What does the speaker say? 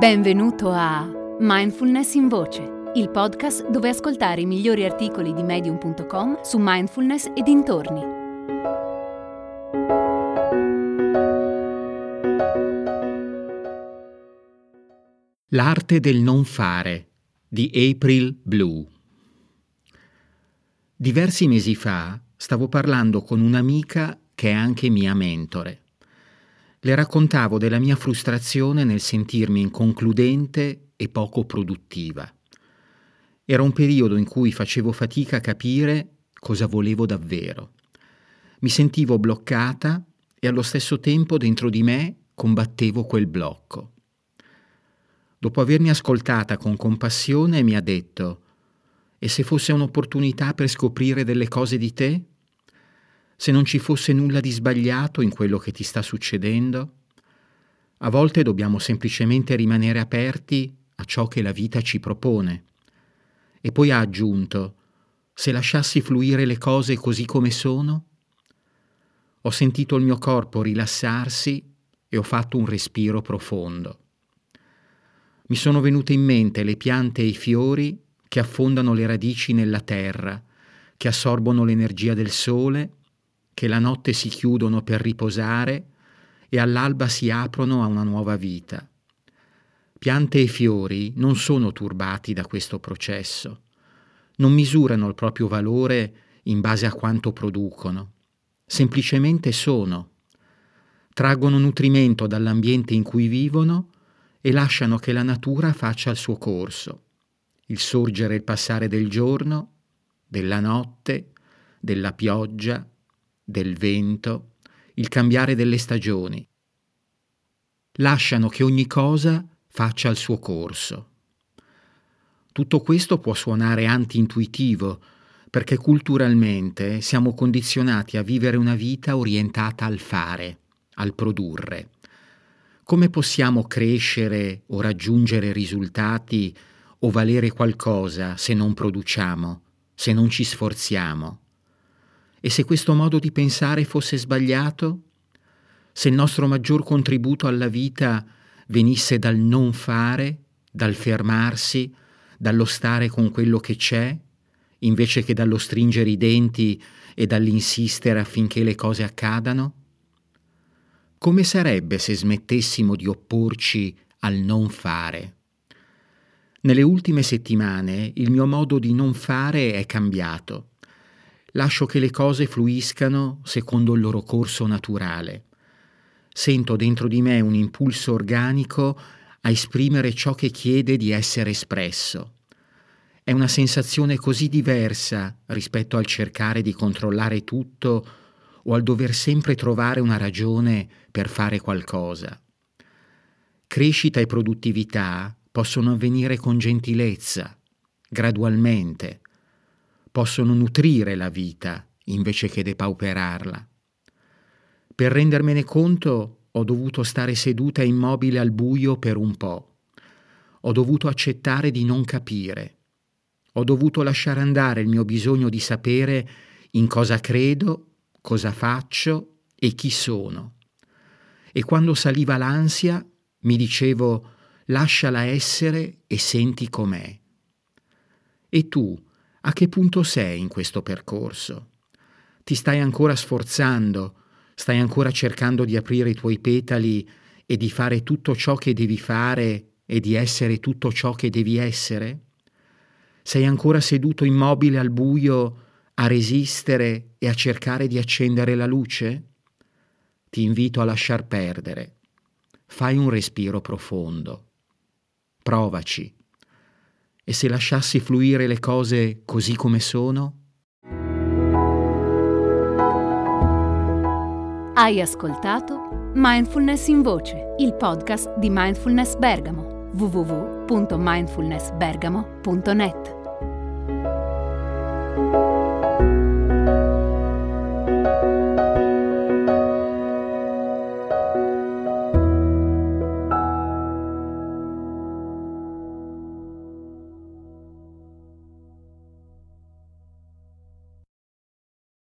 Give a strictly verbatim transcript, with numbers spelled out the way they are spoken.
Benvenuto a Mindfulness in Voce, il podcast dove ascoltare i migliori articoli di medium punto com su mindfulness e dintorni. L'arte del non fare di April Blue. Diversi mesi fa stavo parlando con un'amica che è anche mia mentore. Le raccontavo della mia frustrazione nel sentirmi inconcludente e poco produttiva. Era un periodo in cui facevo fatica a capire cosa volevo davvero. Mi sentivo bloccata e allo stesso tempo dentro di me combattevo quel blocco. Dopo avermi ascoltata con compassione mi ha detto: «E se fosse un'opportunità per scoprire delle cose di te? Se non ci fosse nulla di sbagliato in quello che ti sta succedendo? A volte dobbiamo semplicemente rimanere aperti a ciò che la vita ci propone». E poi ha aggiunto: «Se lasciassi fluire le cose così come sono?» Ho sentito il mio corpo rilassarsi e ho fatto un respiro profondo. Mi sono venute in mente le piante e i fiori che affondano le radici nella terra, che assorbono l'energia del sole, che la notte si chiudono per riposare e all'alba si aprono a una nuova vita. Piante e fiori non sono turbati da questo processo, non misurano il proprio valore in base a quanto producono, semplicemente sono, traggono nutrimento dall'ambiente in cui vivono e lasciano che la natura faccia il suo corso, il sorgere e il passare del giorno, della notte, della pioggia, del vento, il cambiare delle stagioni. Lasciano che ogni cosa faccia il suo corso. Tutto questo può suonare anti-intuitivo, perché culturalmente siamo condizionati a vivere una vita orientata al fare, al produrre. Come possiamo crescere o raggiungere risultati o valere qualcosa se non produciamo, se non ci sforziamo? E se questo modo di pensare fosse sbagliato? Se il nostro maggior contributo alla vita venisse dal non fare, dal fermarsi, dallo stare con quello che c'è, invece che dallo stringere i denti e dall'insistere affinché le cose accadano? Come sarebbe se smettessimo di opporci al non fare? Nelle ultime settimane il mio modo di non fare è cambiato. Lascio che le cose fluiscano secondo il loro corso naturale. Sento dentro di me un impulso organico a esprimere ciò che chiede di essere espresso. È una sensazione così diversa rispetto al cercare di controllare tutto o al dover sempre trovare una ragione per fare qualcosa. Crescita e produttività possono avvenire con gentilezza, gradualmente. Possono nutrire la vita invece che depauperarla. Per rendermene conto ho dovuto stare seduta immobile al buio per un po'. Ho dovuto accettare di non capire. Ho dovuto lasciare andare il mio bisogno di sapere in cosa credo, cosa faccio e chi sono. E quando saliva l'ansia mi dicevo: lasciala essere e senti com'è. E tu, a che punto sei in questo percorso? Ti stai ancora sforzando? Stai ancora cercando di aprire i tuoi petali e di fare tutto ciò che devi fare e di essere tutto ciò che devi essere? Sei ancora seduto immobile al buio a resistere e a cercare di accendere la luce? Ti invito a lasciar perdere. Fai un respiro profondo. Provaci. E se lasciassi fluire le cose così come sono? Hai ascoltato Mindfulness in Voce, il podcast di Mindfulness Bergamo. w w w punto mindfulness bergamo punto net